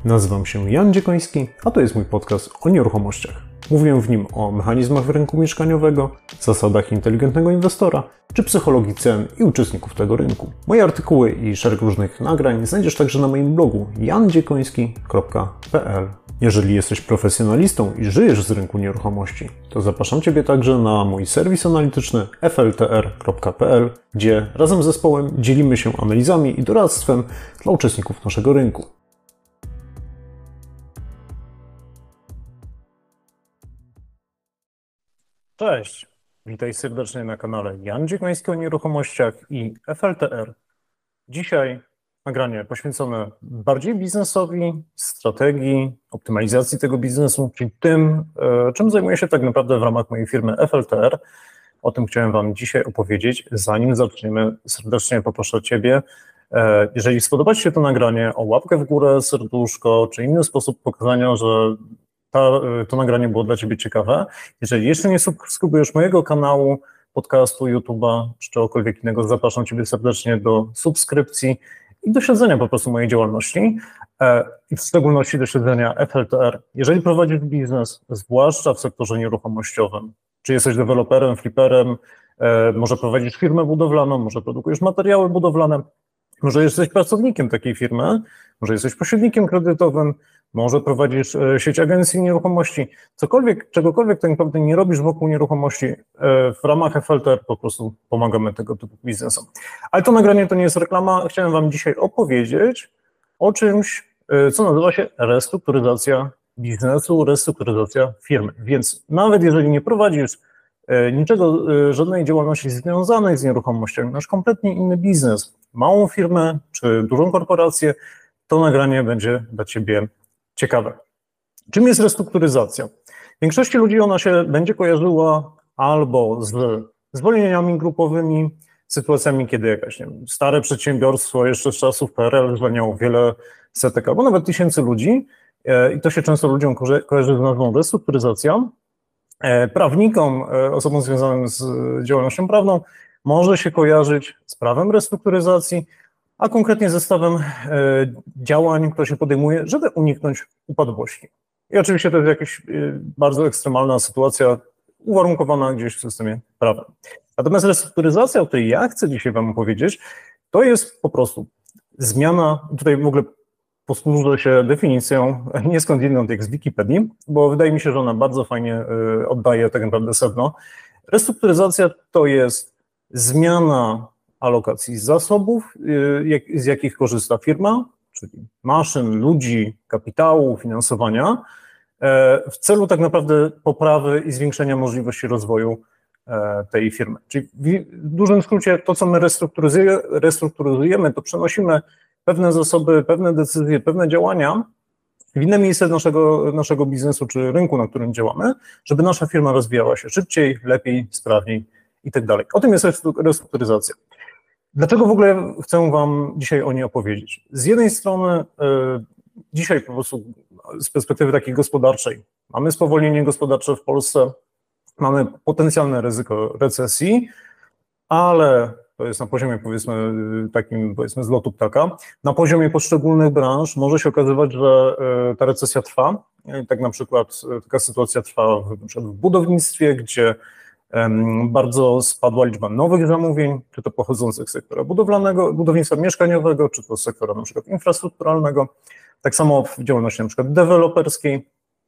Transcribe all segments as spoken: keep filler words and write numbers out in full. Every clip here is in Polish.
Nazywam się Jan Dziekoński, a to jest mój podcast o nieruchomościach. Mówię w nim o mechanizmach rynku mieszkaniowego, zasadach inteligentnego inwestora, czy psychologii cen i uczestników tego rynku. Moje artykuły i szereg różnych nagrań znajdziesz także na moim blogu jan dziekoński kropka p l. Jeżeli jesteś profesjonalistą i żyjesz z rynku nieruchomości, to zapraszam Ciebie także na mój serwis analityczny f l t r kropka p l, gdzie razem z zespołem dzielimy się analizami i doradztwem dla uczestników naszego rynku. Cześć, witaj serdecznie na kanale Jan Dziekoński o nieruchomościach i F L T R. Dzisiaj nagranie poświęcone bardziej biznesowi, strategii, optymalizacji tego biznesu, czyli tym, czym zajmuję się tak naprawdę w ramach mojej firmy F L T R. O tym chciałem Wam dzisiaj opowiedzieć. Zanim zaczniemy, serdecznie poproszę Ciebie, jeżeli spodoba Ci się to nagranie, o łapkę w górę, serduszko, czy inny sposób pokazania, że Ta, to nagranie było dla Ciebie ciekawe. Jeżeli jeszcze nie subskrybujesz mojego kanału, podcastu, YouTube'a czy czegokolwiek innego, zapraszam Ciebie serdecznie do subskrypcji i do śledzenia po prostu mojej działalności i w szczególności do śledzenia F L T R. Jeżeli prowadzisz biznes, zwłaszcza w sektorze nieruchomościowym, czy jesteś deweloperem, fliperem, może prowadzisz firmę budowlaną, może produkujesz materiały budowlane, może jesteś pracownikiem takiej firmy, może jesteś pośrednikiem kredytowym, może prowadzisz sieć agencji nieruchomości, cokolwiek, czegokolwiek tak naprawdę nie robisz wokół nieruchomości, w ramach F L T R po prostu pomagamy tego typu biznesom. Ale to nagranie to nie jest reklama, chciałem Wam dzisiaj opowiedzieć o czymś, co nazywa się restrukturyzacja biznesu, restrukturyzacja firmy. Więc nawet jeżeli nie prowadzisz niczego, żadnej działalności związanej z nieruchomościami, masz kompletnie inny biznes, małą firmę czy dużą korporację, to nagranie będzie dla Ciebie ciekawe. Czym jest restrukturyzacja? W większości ludzi ona się będzie kojarzyła albo z zwolnieniami grupowymi, sytuacjami, kiedy jakaś, nie wiem, stare przedsiębiorstwo jeszcze z czasów P R L zwalniało wiele setek albo nawet tysięcy ludzi i to się często ludziom kojarzy z nazwą restrukturyzacja. Prawnikom, osobom związanym z działalnością prawną może się kojarzyć z prawem restrukturyzacji, a konkretnie zestawem działań, które się podejmuje, żeby uniknąć upadłości. I oczywiście to jest jakaś bardzo ekstremalna sytuacja, uwarunkowana gdzieś w systemie prawnym. Natomiast restrukturyzacja, o której ja chcę dzisiaj Wam opowiedzieć, to jest po prostu zmiana, tutaj w ogóle posłużę się definicją, nie skąd inną jak z Wikipedii, bo wydaje mi się, że ona bardzo fajnie oddaje tak naprawdę sedno. Restrukturyzacja to jest zmiana alokacji zasobów, z jakich korzysta firma, czyli maszyn, ludzi, kapitału, finansowania, w celu tak naprawdę poprawy i zwiększenia możliwości rozwoju tej firmy. Czyli w dużym skrócie to, co my restrukturyzujemy, to przenosimy pewne zasoby, pewne decyzje, pewne działania w inne miejsce naszego, naszego biznesu czy rynku, na którym działamy, żeby nasza firma rozwijała się szybciej, lepiej, sprawniej i tak dalej. O tym jest restrukturyzacja. Dlaczego w ogóle chcę Wam dzisiaj o niej opowiedzieć? Z jednej strony y, dzisiaj po prostu z perspektywy takiej gospodarczej mamy spowolnienie gospodarcze w Polsce, mamy potencjalne ryzyko recesji, ale to jest na poziomie powiedzmy takim powiedzmy z lotu ptaka. Na poziomie poszczególnych branż może się okazywać, że y, ta recesja trwa. I tak na przykład y, taka sytuacja trwa w, na przykład w budownictwie, gdzie bardzo spadła liczba nowych zamówień, czy to pochodzących z sektora budowlanego, budownictwa mieszkaniowego, czy to z sektora na przykład infrastrukturalnego. Tak samo w działalności na przykład deweloperskiej.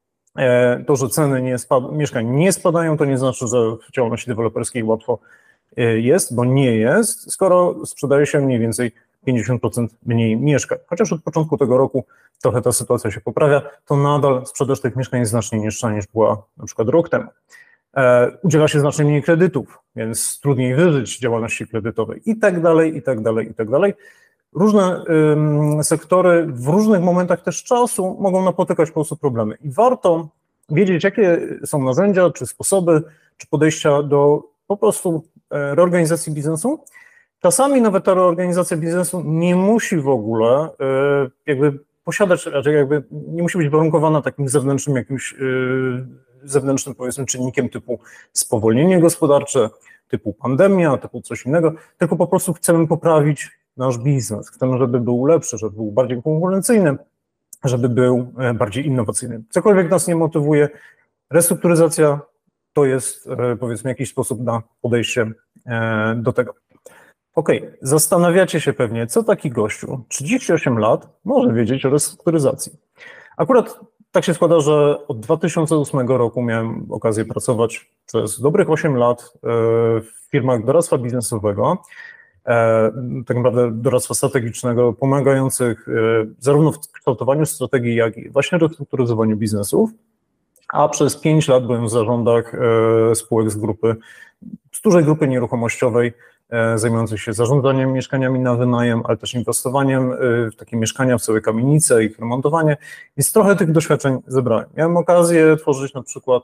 To, że ceny nie spad- mieszkań nie spadają, to nie znaczy, że w działalności deweloperskiej łatwo jest, bo nie jest, skoro sprzedaje się mniej więcej pięćdziesiąt procent mniej mieszkań. Chociaż od początku tego roku trochę ta sytuacja się poprawia, to nadal sprzedaż tych mieszkań jest znacznie niższa niż była na przykład rok temu. Udziela się znacznie mniej kredytów, więc trudniej wyżyć działalności kredytowej i tak dalej, i tak dalej, i tak dalej. Różne ym, sektory w różnych momentach też czasu mogą napotykać po prostu problemy i warto wiedzieć, jakie są narzędzia, czy sposoby, czy podejścia do po prostu reorganizacji biznesu. Czasami nawet ta reorganizacja biznesu nie musi w ogóle yy, jakby posiadać, raczej jakby nie musi być warunkowana takim zewnętrznym jakimś yy, zewnętrznym, powiedzmy, czynnikiem typu spowolnienie gospodarcze, typu pandemia, typu coś innego, tylko po prostu chcemy poprawić nasz biznes, chcemy, żeby był lepszy, żeby był bardziej konkurencyjny, żeby był bardziej innowacyjny. Cokolwiek nas nie motywuje, restrukturyzacja to jest, powiedzmy, jakiś sposób na podejście do tego. Ok, zastanawiacie się pewnie, co taki gościu, trzydzieści osiem lat, może wiedzieć o restrukturyzacji. Akurat tak się składa, że od dwa tysiące ósmego roku miałem okazję pracować przez dobrych osiem lat w firmach doradztwa biznesowego, tak naprawdę doradztwa strategicznego, pomagających zarówno w kształtowaniu strategii, jak i właśnie restrukturyzowaniu biznesów, a przez pięć lat byłem w zarządach spółek z grupy, z dużej grupy nieruchomościowej, zajmujących się zarządzaniem mieszkaniami na wynajem, ale też inwestowaniem w takie mieszkania, w całe kamienice, ich remontowanie, więc trochę tych doświadczeń zebrałem. Miałem okazję tworzyć na przykład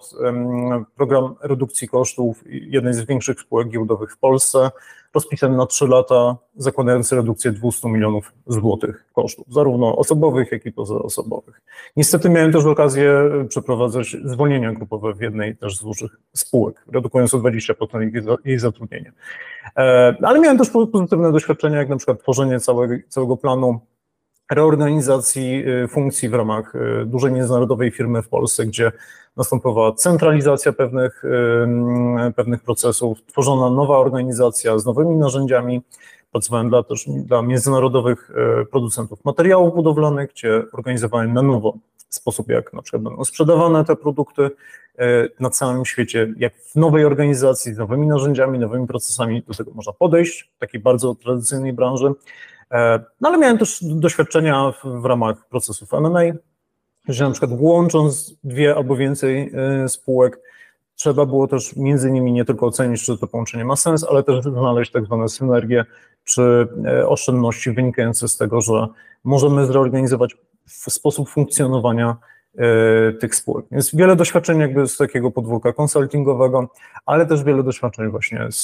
program redukcji kosztów jednej z większych spółek giełdowych w Polsce, rozpisany na trzy lata, zakładający redukcję dwieście milionów złotych kosztów, zarówno osobowych, jak i pozaasobowych. Niestety miałem też okazję przeprowadzać zwolnienia grupowe w jednej też z dużych spółek, redukując o dwadzieścia procent jej zatrudnienie. Ale miałem też pozytywne doświadczenia, jak na przykład tworzenie całego, całego planu reorganizacji funkcji w ramach dużej międzynarodowej firmy w Polsce, gdzie następowała centralizacja pewnych, pewnych procesów, tworzona nowa organizacja z nowymi narzędziami. Pracowałem dla, też dla międzynarodowych producentów materiałów budowlanych, gdzie organizowałem na nowo sposób, jak na przykład będą sprzedawane te produkty na całym świecie, jak w nowej organizacji, z nowymi narzędziami, nowymi procesami do tego można podejść, w takiej bardzo tradycyjnej branży. No ale miałem też doświadczenia w, w ramach procesów M and A, że na przykład łącząc dwie albo więcej spółek, trzeba było też między nimi nie tylko ocenić, czy to połączenie ma sens, ale też znaleźć tak zwane synergie, czy oszczędności wynikające z tego, że możemy zreorganizować sposób funkcjonowania tych spółek. Jest wiele doświadczeń jakby z takiego podwórka konsultingowego, ale też wiele doświadczeń właśnie z,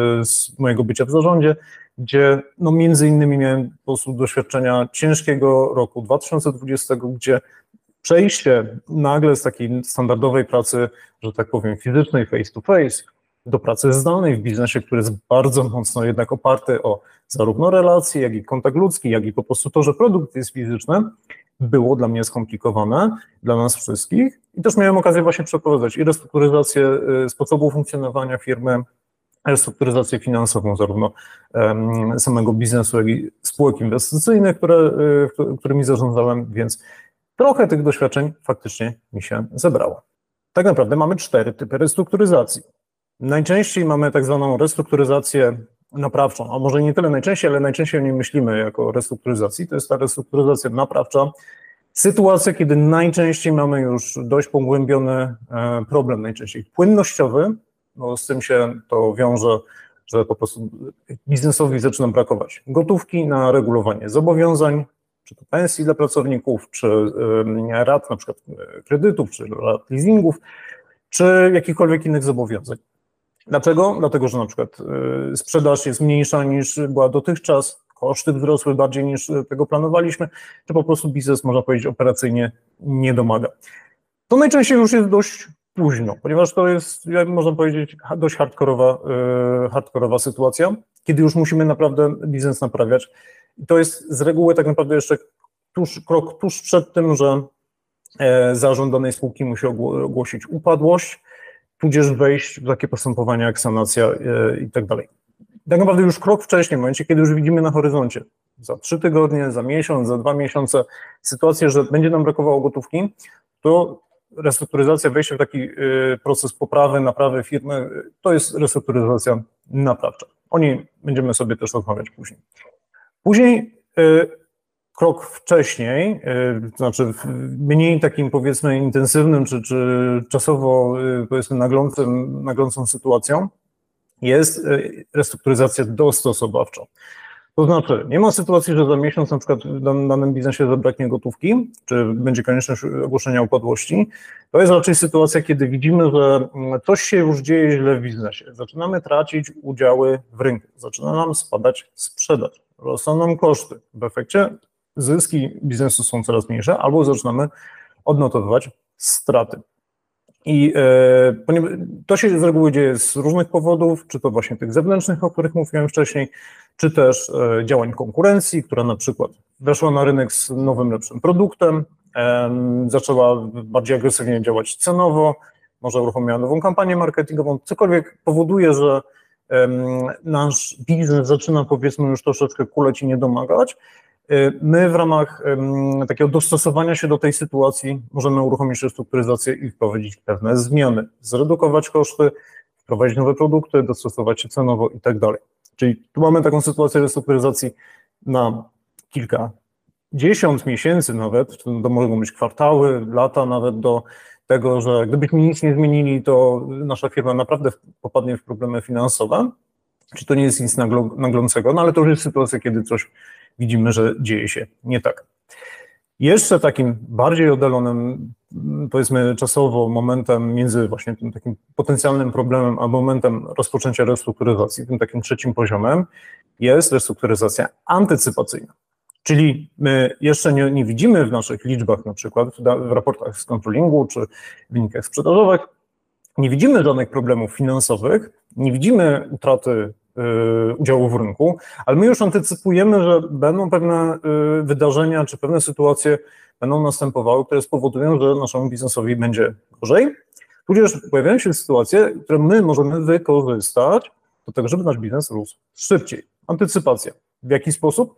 z mojego bycia w zarządzie, gdzie no między innymi miałem po prostu doświadczenia ciężkiego roku dwa tysiące dwudziestego, gdzie przejście nagle z takiej standardowej pracy, że tak powiem, fizycznej, face to face, do pracy zdalnej w biznesie, który jest bardzo mocno jednak oparty o zarówno relacje, jak i kontakt ludzki, jak i po prostu to, że produkt jest fizyczny, było dla mnie skomplikowane, dla nas wszystkich. I też miałem okazję właśnie przeprowadzać i restrukturyzację sposobu funkcjonowania firmy, restrukturyzację finansową zarówno samego biznesu, jak i spółek inwestycyjnych, które, którymi zarządzałem, więc trochę tych doświadczeń faktycznie mi się zebrało. Tak naprawdę mamy cztery typy restrukturyzacji. Najczęściej mamy tak zwaną restrukturyzację naprawczą, a może nie tyle najczęściej, ale najczęściej o niej myślimy jako restrukturyzacji. To jest ta restrukturyzacja naprawcza. Sytuacja, kiedy najczęściej mamy już dość pogłębiony problem, najczęściej płynnościowy, no z tym się to wiąże, że po prostu biznesowi zaczyna brakować gotówki na regulowanie zobowiązań, czy to pensji dla pracowników, czy rat na przykład kredytów, czy rat leasingów, czy jakichkolwiek innych zobowiązań. Dlaczego? Dlatego, że na przykład sprzedaż jest mniejsza niż była dotychczas, koszty wzrosły bardziej niż tego planowaliśmy, czy po prostu biznes, można powiedzieć, operacyjnie nie domaga. To najczęściej już jest dość późno, ponieważ to jest, jak można powiedzieć, dość hardkorowa, hardkorowa sytuacja, kiedy już musimy naprawdę biznes naprawiać. I to jest z reguły tak naprawdę jeszcze tuż, krok tuż przed tym, że zarząd danej spółki musi ogłosić upadłość, tudzież wejść w takie postępowania jak sanacja i tak dalej. Tak naprawdę już krok wcześniej, w momencie, kiedy już widzimy na horyzoncie, za trzy tygodnie, za miesiąc, za dwa miesiące, sytuację, że będzie nam brakowało gotówki, to restrukturyzacja, wejście w taki proces poprawy, naprawy firmy, to jest restrukturyzacja naprawcza. O niej będziemy sobie też rozmawiać później. Później krok wcześniej, to znaczy mniej takim powiedzmy intensywnym, czy, czy czasowo powiedzmy naglącym, naglącą sytuacją jest restrukturyzacja dostosowawcza. To znaczy, nie ma sytuacji, że za miesiąc na przykład w danym biznesie zabraknie gotówki, czy będzie konieczność ogłoszenia upadłości. To jest raczej sytuacja, kiedy widzimy, że coś się już dzieje źle w biznesie. Zaczynamy tracić udziały w rynku, zaczyna nam spadać sprzedaż, rosną nam koszty. W efekcie zyski biznesu są coraz mniejsze, albo zaczynamy odnotowywać straty. I e, to się z reguły dzieje z różnych powodów, czy to właśnie tych zewnętrznych, o których mówiłem wcześniej, czy też e, działań konkurencji, która na przykład weszła na rynek z nowym, lepszym produktem, zaczęła bardziej agresywnie działać cenowo, może uruchomiła nową kampanię marketingową, cokolwiek powoduje, że nasz biznes zaczyna, powiedzmy, już troszeczkę kuleć i nie domagać. My w ramach takiego dostosowania się do tej sytuacji możemy uruchomić restrukturyzację i wprowadzić pewne zmiany, zredukować koszty, wprowadzić nowe produkty, dostosować się cenowo i tak dalej. Czyli tu mamy taką sytuację restrukturyzacji na kilkadziesiąt miesięcy nawet, to mogą być kwartały, lata nawet do tego, że gdybyśmy nic nie zmienili, to nasza firma naprawdę popadnie w problemy finansowe, czyli to nie jest nic naglącego, no ale to już jest sytuacja, kiedy coś widzimy, że dzieje się nie tak. Jeszcze takim bardziej oddalonym, powiedzmy czasowo, momentem między właśnie tym takim potencjalnym problemem a momentem rozpoczęcia restrukturyzacji, tym takim trzecim poziomem, jest restrukturyzacja antycypacyjna. Czyli my jeszcze nie, nie widzimy w naszych liczbach, na przykład w raportach z kontrolingu czy w wynikach sprzedażowych, nie widzimy żadnych problemów finansowych, nie widzimy utraty y, udziału w rynku, ale my już antycypujemy, że będą pewne y, wydarzenia czy pewne sytuacje będą następowały, które spowodują, że naszemu biznesowi będzie gorzej, tudzież pojawiają się sytuacje, które my możemy wykorzystać do tego, żeby nasz biznes rósł szybciej. Antycypacja. W jaki sposób?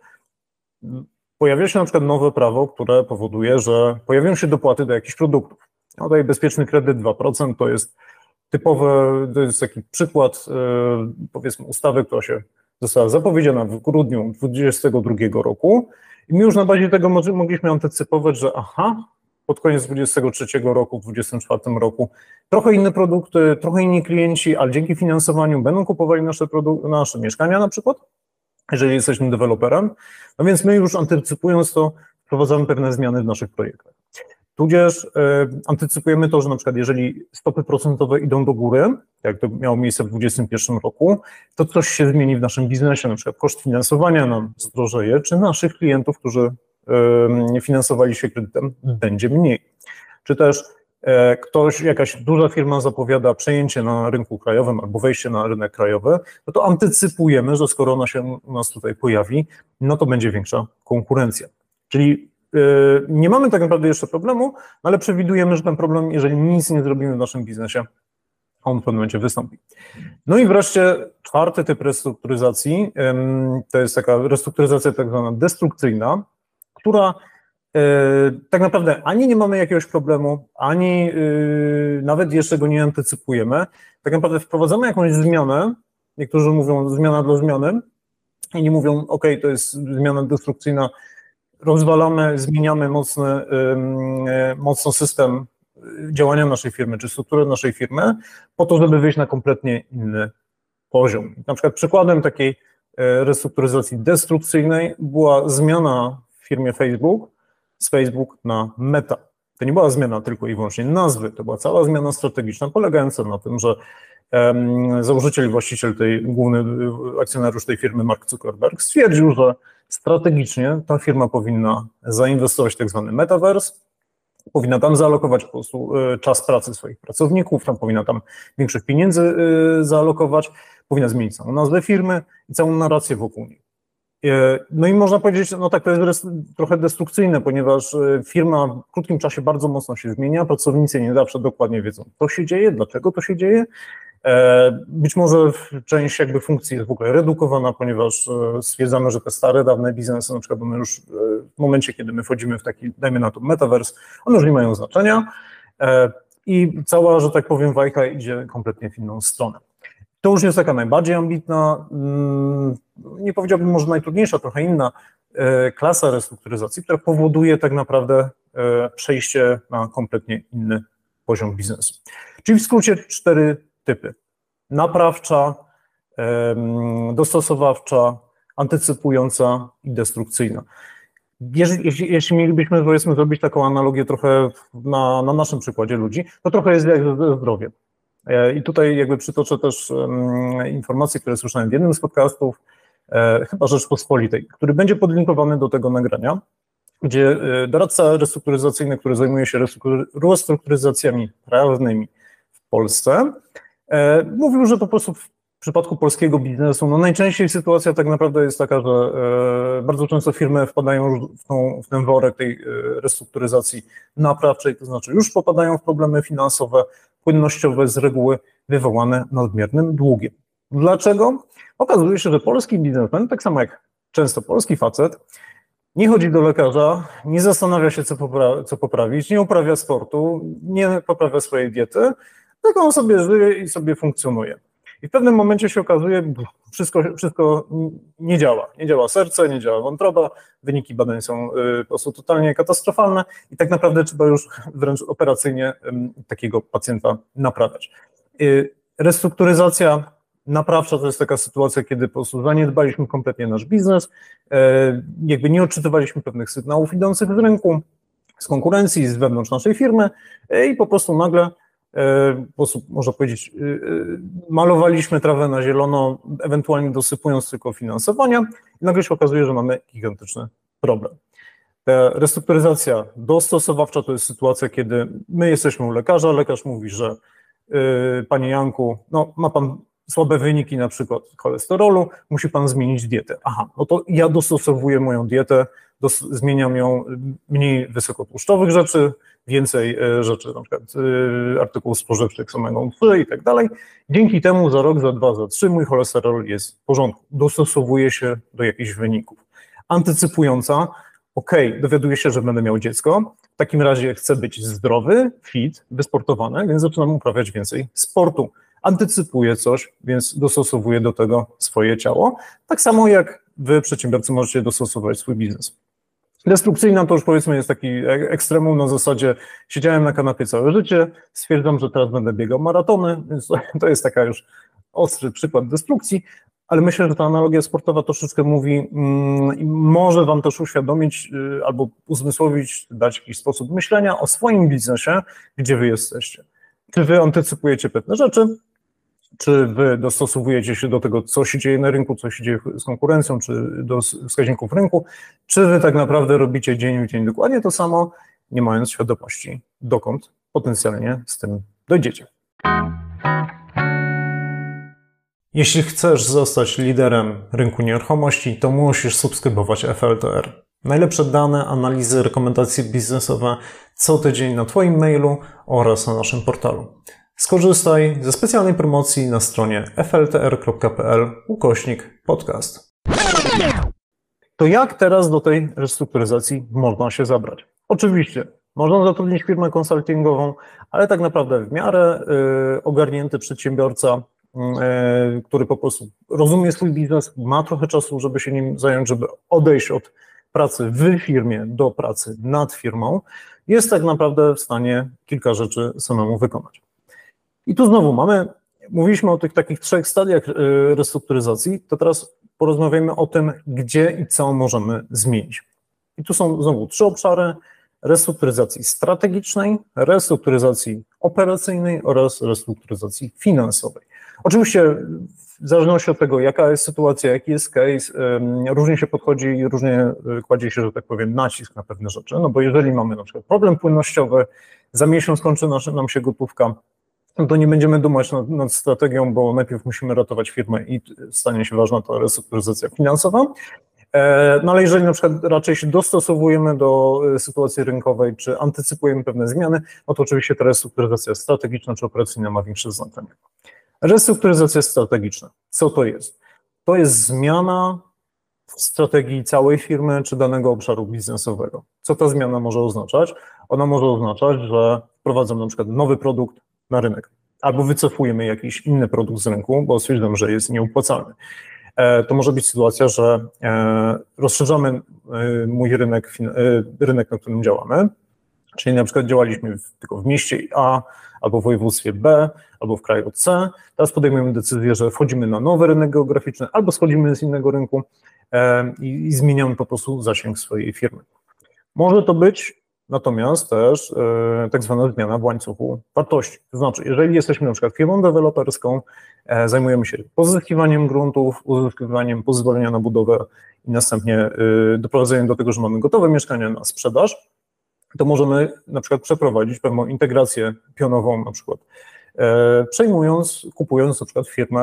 Pojawia się na przykład nowe prawo, które powoduje, że pojawią się dopłaty do jakichś produktów. No tutaj bezpieczny kredyt dwa procent to jest typowy, to jest taki przykład, powiedzmy, ustawy, która się została zapowiedziana w grudniu dwudziestego drugiego roku i my już na bazie tego mogliśmy antycypować, że aha, pod koniec dwudziestego trzeciego roku, w dwudziestym czwartym roku trochę inne produkty, trochę inni klienci, ale dzięki finansowaniu będą kupowali nasze, nasze mieszkania na przykład, jeżeli jesteśmy deweloperem, no więc my już antycypując to, wprowadzamy pewne zmiany w naszych projektach. Tudzież y, antycypujemy to, że na przykład jeżeli stopy procentowe idą do góry, jak to miało miejsce w dwudziestym pierwszym roku, to coś się zmieni w naszym biznesie, na przykład koszt finansowania nam zdrożeje, czy naszych klientów, którzy y, finansowali się kredytem, będzie mniej. Czy też ktoś, jakaś duża firma zapowiada przejęcie na rynku krajowym albo wejście na rynek krajowy, no to antycypujemy, że skoro ona się u nas tutaj pojawi, no to będzie większa konkurencja. Czyli yy, nie mamy tak naprawdę jeszcze problemu, ale przewidujemy, że ten problem, jeżeli nic nie zrobimy w naszym biznesie, on w pewnym momencie wystąpi. No i wreszcie czwarty typ restrukturyzacji, yy, to jest taka restrukturyzacja tak zwana destrukcyjna, która tak naprawdę ani nie mamy jakiegoś problemu, ani yy, nawet jeszcze go nie antycypujemy. Tak naprawdę wprowadzamy jakąś zmianę, niektórzy mówią zmiana dla zmiany, inni mówią ok, to jest zmiana destrukcyjna, rozwalamy, zmieniamy mocny, yy, mocno system działania naszej firmy, czy strukturę naszej firmy, po to, żeby wyjść na kompletnie inny poziom. Na przykład przykładem takiej restrukturyzacji destrukcyjnej była zmiana w firmie Facebook, z Facebook na Meta. To nie była zmiana tylko i wyłącznie nazwy, to była cała zmiana strategiczna polegająca na tym, że um, założyciel i właściciel tej, główny akcjonariusz tej firmy, Mark Zuckerberg, stwierdził, że strategicznie ta firma powinna zainwestować w tak zwany metaverse, powinna tam zaalokować po prostu czas pracy swoich pracowników, tam powinna tam większych pieniędzy zaalokować, powinna zmienić całą nazwę firmy i całą narrację wokół niej. No i można powiedzieć, no tak, to jest trochę destrukcyjne, ponieważ firma w krótkim czasie bardzo mocno się zmienia, pracownicy nie zawsze dokładnie wiedzą, co się dzieje, dlaczego to się dzieje. Być może część jakby funkcji jest w ogóle redukowana, ponieważ stwierdzamy, że te stare, dawne biznesy, na przykład one już w momencie, kiedy my wchodzimy w taki, dajmy na to metaverse, one już nie mają znaczenia i cała, że tak powiem, bajka idzie kompletnie w inną stronę. To już jest taka najbardziej ambitna, nie powiedziałbym może najtrudniejsza, trochę inna klasa restrukturyzacji, która powoduje tak naprawdę przejście na kompletnie inny poziom biznesu. Czyli w skrócie cztery typy. Naprawcza, dostosowawcza, antycypująca i destrukcyjna. Jeśli, jeśli, jeśli mielibyśmy, powiedzmy, zrobić taką analogię trochę na, na naszym przykładzie ludzi, to trochę jest jak ze zdrowiem. I tutaj jakby przytoczę też um, informacje, które słyszałem w jednym z podcastów, e, chyba Rzeczpospolitej, który będzie podlinkowany do tego nagrania, gdzie e, doradca restrukturyzacyjny, który zajmuje się restrukturyzacjami prawnymi w Polsce, e, mówił, że po prostu w przypadku polskiego biznesu, no najczęściej sytuacja tak naprawdę jest taka, że e, bardzo często firmy wpadają już w, tą, w ten worek tej e, restrukturyzacji naprawczej, to znaczy już popadają w problemy finansowe, płynnościowe, z reguły wywołane nadmiernym długiem. Dlaczego? Okazuje się, że polski biznesmen, tak samo jak często polski facet, nie chodzi do lekarza, nie zastanawia się, co, popra- co poprawić, nie uprawia sportu, nie poprawia swojej diety, tylko on sobie żyje i sobie funkcjonuje. I w pewnym momencie się okazuje, wszystko, wszystko nie działa. Nie działa serce, nie działa wątroba, wyniki badań są po prostu totalnie katastrofalne i tak naprawdę trzeba już wręcz operacyjnie takiego pacjenta naprawiać. Restrukturyzacja naprawcza to jest taka sytuacja, kiedy po prostu zaniedbaliśmy kompletnie nasz biznes, jakby nie odczytywaliśmy pewnych sygnałów idących z rynku, z konkurencji, z wewnątrz naszej firmy i po prostu nagle w sposób, można powiedzieć, malowaliśmy trawę na zielono, ewentualnie dosypując tylko finansowania i nagle się okazuje, że mamy gigantyczny problem. Ta restrukturyzacja dostosowawcza to jest sytuacja, kiedy my jesteśmy u lekarza, lekarz mówi, że panie Janku, no ma pan słabe wyniki na przykład cholesterolu, musi pan zmienić dietę. Aha, no to ja dostosowuję moją dietę, dos- zmieniam ją, mniej wysokotłuszczowych rzeczy, więcej rzeczy, na przykład artykułów spożywczych z omegą trzy i tak dalej. Dzięki temu za rok, za dwa, za trzy mój cholesterol jest w porządku, dostosowuje się do jakichś wyników. Antycypująca, ok, dowiaduję się, że będę miał dziecko, w takim razie chcę być zdrowy, fit, wysportowany, więc zaczynam uprawiać więcej sportu. Antycypuję coś, więc dostosowuję do tego swoje ciało. Tak samo jak wy, przedsiębiorcy, możecie dostosować swój biznes. Destrukcyjna to już powiedzmy jest taki ekstremum na zasadzie siedziałem na kanapie całe życie, stwierdzam, że teraz będę biegał maratony, więc to jest taka już ostry przykład destrukcji, ale myślę, że ta analogia sportowa troszeczkę mówi i może wam też uświadomić albo uzmysłowić, dać jakiś sposób myślenia o swoim biznesie, gdzie wy jesteście. Czy wy antycypujecie pewne rzeczy, czy wy dostosowujecie się do tego, co się dzieje na rynku, co się dzieje z konkurencją, czy do wskaźników rynku, czy wy tak naprawdę robicie dzień w dzień dokładnie to samo, nie mając świadomości, dokąd potencjalnie z tym dojdziecie. Jeśli chcesz zostać liderem rynku nieruchomości, to musisz subskrybować F L T R. Najlepsze dane, analizy, rekomendacje biznesowe co tydzień na twoim mailu oraz na naszym portalu. Skorzystaj ze specjalnej promocji na stronie f l t r kropka p l ukośnik podcast. To jak teraz do tej restrukturyzacji można się zabrać? Oczywiście, można zatrudnić firmę konsultingową, ale tak naprawdę w miarę y, ogarnięty przedsiębiorca, y, który po prostu rozumie swój biznes, ma trochę czasu, żeby się nim zająć, żeby odejść od pracy w firmie do pracy nad firmą, jest tak naprawdę w stanie kilka rzeczy samemu wykonać. I tu znowu mamy, mówiliśmy o tych takich trzech stadiach restrukturyzacji, to teraz porozmawiamy o tym, gdzie i co możemy zmienić. I tu są znowu trzy obszary: restrukturyzacji strategicznej, restrukturyzacji operacyjnej oraz restrukturyzacji finansowej. Oczywiście w zależności od tego, jaka jest sytuacja, jaki jest case, różnie się podchodzi i różnie kładzie się, że tak powiem, nacisk na pewne rzeczy, no bo jeżeli mamy na przykład problem płynnościowy, za miesiąc kończy nam się gotówka, to nie będziemy dumać nad, nad strategią, bo najpierw musimy ratować firmę i stanie się ważna ta restrukturyzacja finansowa. No ale jeżeli na przykład raczej się dostosowujemy do sytuacji rynkowej, czy antycypujemy pewne zmiany, no to oczywiście ta restrukturyzacja strategiczna czy operacyjna ma większe znaczenie. Restrukturyzacja strategiczna. Co to jest? To jest zmiana w strategii całej firmy czy danego obszaru biznesowego. Co ta zmiana może oznaczać? Ona może oznaczać, że wprowadzam na przykład nowy produkt na rynek, albo wycofujemy jakiś inny produkt z rynku, bo stwierdzam, że jest nieopłacalny. To może być sytuacja, że rozszerzamy mój rynek, rynek, na którym działamy, czyli na przykład działaliśmy w, tylko w mieście A, albo w województwie B, albo w kraju C. Teraz podejmujemy decyzję, że wchodzimy na nowy rynek geograficzny, albo schodzimy z innego rynku i, i zmieniamy po prostu zasięg swojej firmy. Może to być natomiast też e, tak zwana zmiana w łańcuchu wartości. To znaczy, jeżeli jesteśmy na przykład firmą deweloperską, e, zajmujemy się pozyskiwaniem gruntów, uzyskiwaniem pozwolenia na budowę i następnie e, doprowadzeniem do tego, że mamy gotowe mieszkania na sprzedaż, to możemy na przykład przeprowadzić pewną integrację pionową, na przykład e, przejmując, kupując na przykład firmę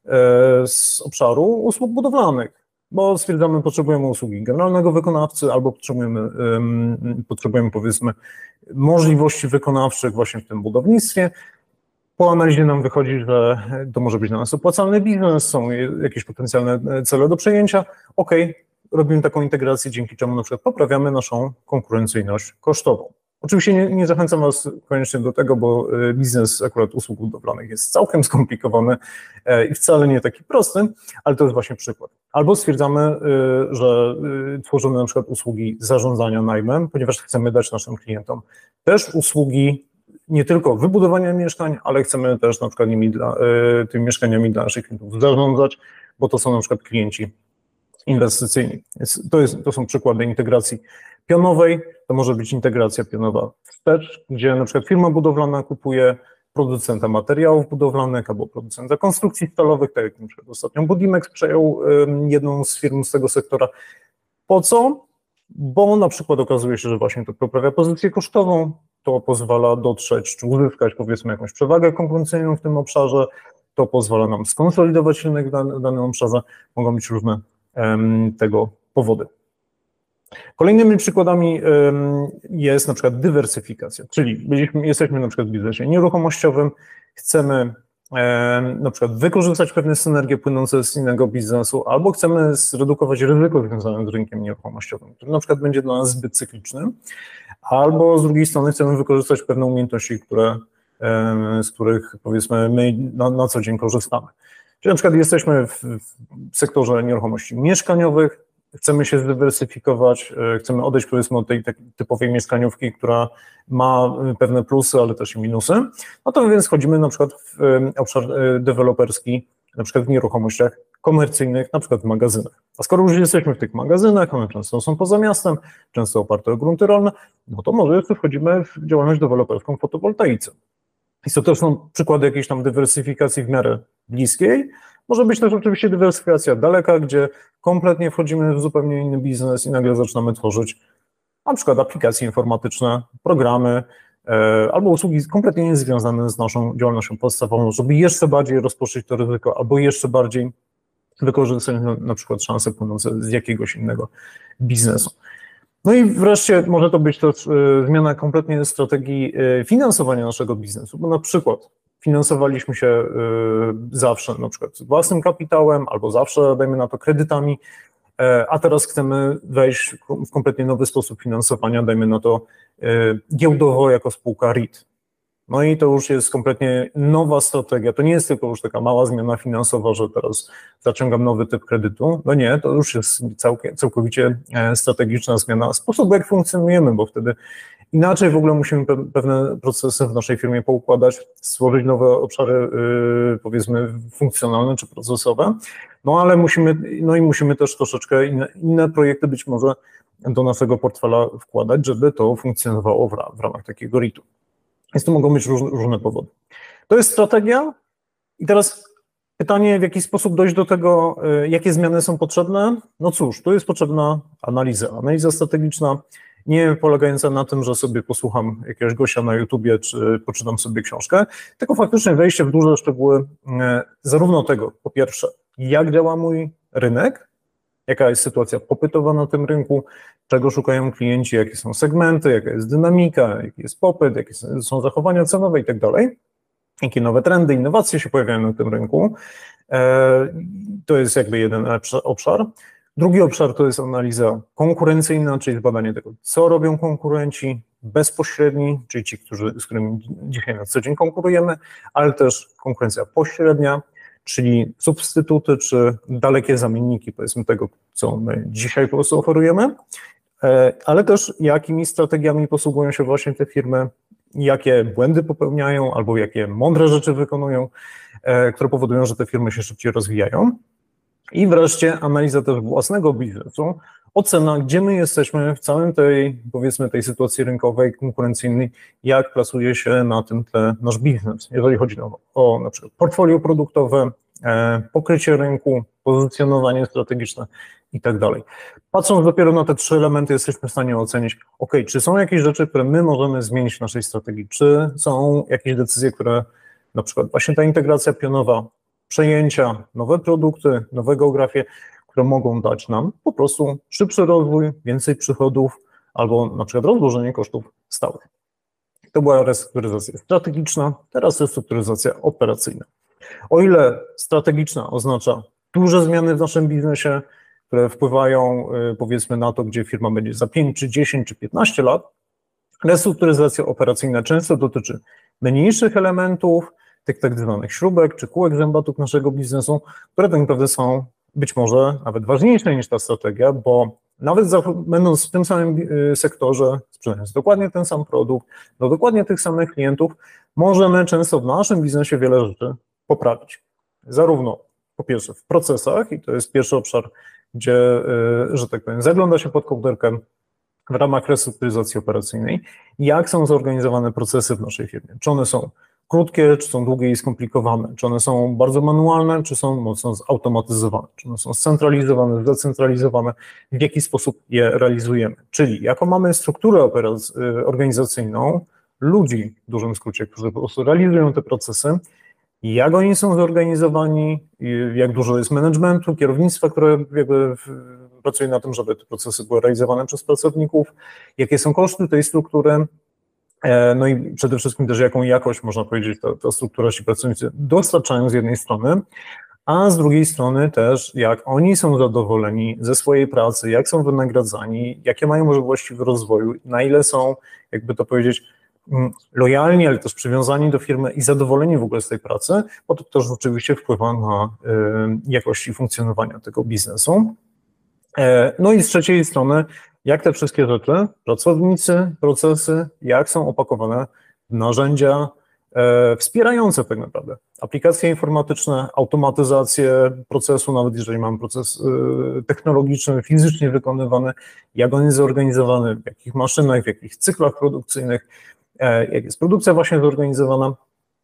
z obszaru usług budowlanych, bo stwierdzamy, potrzebujemy usługi generalnego wykonawcy albo potrzebujemy, potrzebujemy powiedzmy możliwości wykonawczych właśnie w tym budownictwie. Po analizie nam wychodzi, że to może być dla nas opłacalny biznes, są jakieś potencjalne cele do przejęcia. OK, robimy taką integrację, dzięki czemu na przykład poprawiamy naszą konkurencyjność kosztową. Oczywiście nie, nie zachęcam Was koniecznie do tego, bo biznes akurat usług budowlanych jest całkiem skomplikowany i wcale nie taki prosty, ale to jest właśnie przykład. Albo stwierdzamy, że tworzymy na przykład usługi zarządzania najmem, ponieważ chcemy dać naszym klientom też usługi nie tylko wybudowania mieszkań, ale chcemy też na przykład nimi dla, tymi mieszkaniami dla naszych klientów zarządzać, bo to są na przykład klienci inwestycyjni. To, jest, to są przykłady integracji pionowej, to może być integracja pionowa wstecz, gdzie na przykład firma budowlana kupuje producenta materiałów budowlanych albo producenta konstrukcji stalowych, tak jak na przykład ostatnio Budimex przejął jedną z firm z tego sektora. Po co? Bo na przykład okazuje się, że właśnie to poprawia pozycję kosztową, to pozwala dotrzeć czy uzyskać powiedzmy jakąś przewagę konkurencyjną w tym obszarze, to pozwala nam skonsolidować rynek w danym obszarze, mogą być różne um, tego powody. Kolejnymi przykładami um, jest na przykład dywersyfikacja, czyli byliśmy, jesteśmy na przykład w biznesie nieruchomościowym, chcemy um, na przykład wykorzystać pewne synergie płynące z innego biznesu, albo chcemy zredukować ryzyko związane z rynkiem nieruchomościowym, który na przykład będzie dla nas zbyt cykliczny, albo z drugiej strony chcemy wykorzystać pewne umiejętności, które, z których powiedzmy my na, na co dzień korzystamy. Czyli na przykład jesteśmy w, w sektorze nieruchomości mieszkaniowych, chcemy się zdywersyfikować, chcemy odejść powiedzmy od tej, tej typowej mieszkaniówki, która ma pewne plusy, ale też i minusy. No to więc wchodzimy na przykład w obszar deweloperski, na przykład w nieruchomościach komercyjnych, na przykład w magazynach. A skoro już jesteśmy w tych magazynach, one często są poza miastem, często oparte o grunty rolne, no to może jeszcze wchodzimy w działalność deweloperską w fotowoltaice. I to też są przykłady jakiejś tam dywersyfikacji w miarę bliskiej. Może być też oczywiście dywersyfikacja daleka, gdzie kompletnie wchodzimy w zupełnie inny biznes i nagle zaczynamy tworzyć na przykład aplikacje informatyczne, programy e, albo usługi kompletnie niezwiązane z naszą działalnością podstawową, żeby jeszcze bardziej rozpocząć to ryzyko albo jeszcze bardziej wykorzystać na, na przykład szanse płynące z jakiegoś innego biznesu. No i wreszcie może to być też y, zmiana kompletnie strategii y, finansowania naszego biznesu, bo na przykład finansowaliśmy się y, zawsze na przykład własnym kapitałem albo zawsze, dajmy na to, kredytami, y, a teraz chcemy wejść w kompletnie nowy sposób finansowania, dajmy na to y, giełdowo jako spółka R I T. No i to już jest kompletnie nowa strategia, to nie jest tylko już taka mała zmiana finansowa, że teraz zaciągam nowy typ kredytu, no nie, to już jest całkiem, całkowicie strategiczna zmiana sposobu, jak funkcjonujemy, bo wtedy inaczej w ogóle musimy pewne procesy w naszej firmie poukładać, stworzyć nowe obszary, powiedzmy, funkcjonalne czy procesowe, no ale musimy, no i musimy też troszeczkę inne, inne projekty być może do naszego portfela wkładać, żeby to funkcjonowało w, w ramach takiego R I T-u. Więc to mogą być różne, różne powody. To jest strategia i teraz pytanie, w jaki sposób dojść do tego, jakie zmiany są potrzebne. No cóż, tu jest potrzebna analiza, analiza strategiczna, nie polegająca na tym, że sobie posłucham jakiegoś gościa na YouTubie, czy poczytam sobie książkę, tylko faktycznie wejście w duże szczegóły zarówno tego, po pierwsze, jak działa mój rynek, jaka jest sytuacja popytowa na tym rynku, czego szukają klienci, jakie są segmenty, jaka jest dynamika, jaki jest popyt, jakie są zachowania cenowe i tak dalej, jakie nowe trendy, innowacje się pojawiają na tym rynku. To jest jakby jeden obszar. Drugi obszar to jest analiza konkurencyjna, czyli zbadanie tego, co robią konkurenci bezpośredni, czyli ci, którzy, z którymi dzisiaj na co dzień konkurujemy, ale też konkurencja pośrednia, czyli substytuty czy dalekie zamienniki, powiedzmy, tego, co my dzisiaj po prostu oferujemy, ale też jakimi strategiami posługują się właśnie te firmy, jakie błędy popełniają albo jakie mądre rzeczy wykonują, które powodują, że te firmy się szybciej rozwijają. I wreszcie analiza też własnego biznesu, ocena, gdzie my jesteśmy w całym tej, powiedzmy, tej sytuacji rynkowej, konkurencyjnej, jak plasuje się na tym tle nasz biznes, jeżeli chodzi o, o na przykład portfolio produktowe, e, pokrycie rynku, pozycjonowanie strategiczne i tak dalej. Patrząc dopiero na te trzy elementy, jesteśmy w stanie ocenić, ok, czy są jakieś rzeczy, które my możemy zmienić w naszej strategii, czy są jakieś decyzje, które na przykład właśnie ta integracja pionowa przejęcia, nowe produkty, nowe geografie, które mogą dać nam po prostu szybszy rozwój, więcej przychodów albo na przykład rozłożenie kosztów stałych. To była restrukturyzacja strategiczna, teraz restrukturyzacja operacyjna. O ile strategiczna oznacza duże zmiany w naszym biznesie, które wpływają powiedzmy na to, gdzie firma będzie za pięć, czy dziesięć, czy piętnaście lat, restrukturyzacja operacyjna często dotyczy mniejszych elementów, tych tak zwanych śrubek czy kółek zębatów naszego biznesu, które tak naprawdę są być może nawet ważniejsze niż ta strategia, bo nawet za, będąc w tym samym sektorze, sprzedając dokładnie ten sam produkt, do dokładnie tych samych klientów, możemy często w naszym biznesie wiele rzeczy poprawić. Zarówno po pierwsze w procesach, i to jest pierwszy obszar, gdzie, że tak powiem, zagląda się pod kołderkę w ramach restrukturyzacji operacyjnej, jak są zorganizowane procesy w naszej firmie. Czy one są krótkie, czy są długie i skomplikowane, czy one są bardzo manualne, czy są mocno zautomatyzowane, czy one są scentralizowane, zdecentralizowane, w jaki sposób je realizujemy. Czyli jaką mamy strukturę organizacyjną, ludzi w dużym skrócie, którzy po prostu realizują te procesy, jak oni są zorganizowani, jak dużo jest managementu, kierownictwa, które jakby pracuje na tym, żeby te procesy były realizowane przez pracowników, jakie są koszty tej struktury, no i przede wszystkim też jaką jakość, można powiedzieć, ta, ta struktura ci pracownicy dostarczają z jednej strony, a z drugiej strony też jak oni są zadowoleni ze swojej pracy, jak są wynagradzani, jakie mają możliwości w rozwoju, na ile są, jakby to powiedzieć, lojalni, ale też przywiązani do firmy i zadowoleni w ogóle z tej pracy, bo to też oczywiście wpływa na jakości funkcjonowania tego biznesu. No i z trzeciej strony, jak te wszystkie rzeczy, pracownicy, procesy, jak są opakowane w narzędzia e, wspierające tak naprawdę aplikacje informatyczne, automatyzację procesu, nawet jeżeli mamy proces e, technologiczny, fizycznie wykonywany, jak on jest zorganizowany, w jakich maszynach, w jakich cyklach produkcyjnych, e, jak jest produkcja właśnie zorganizowana,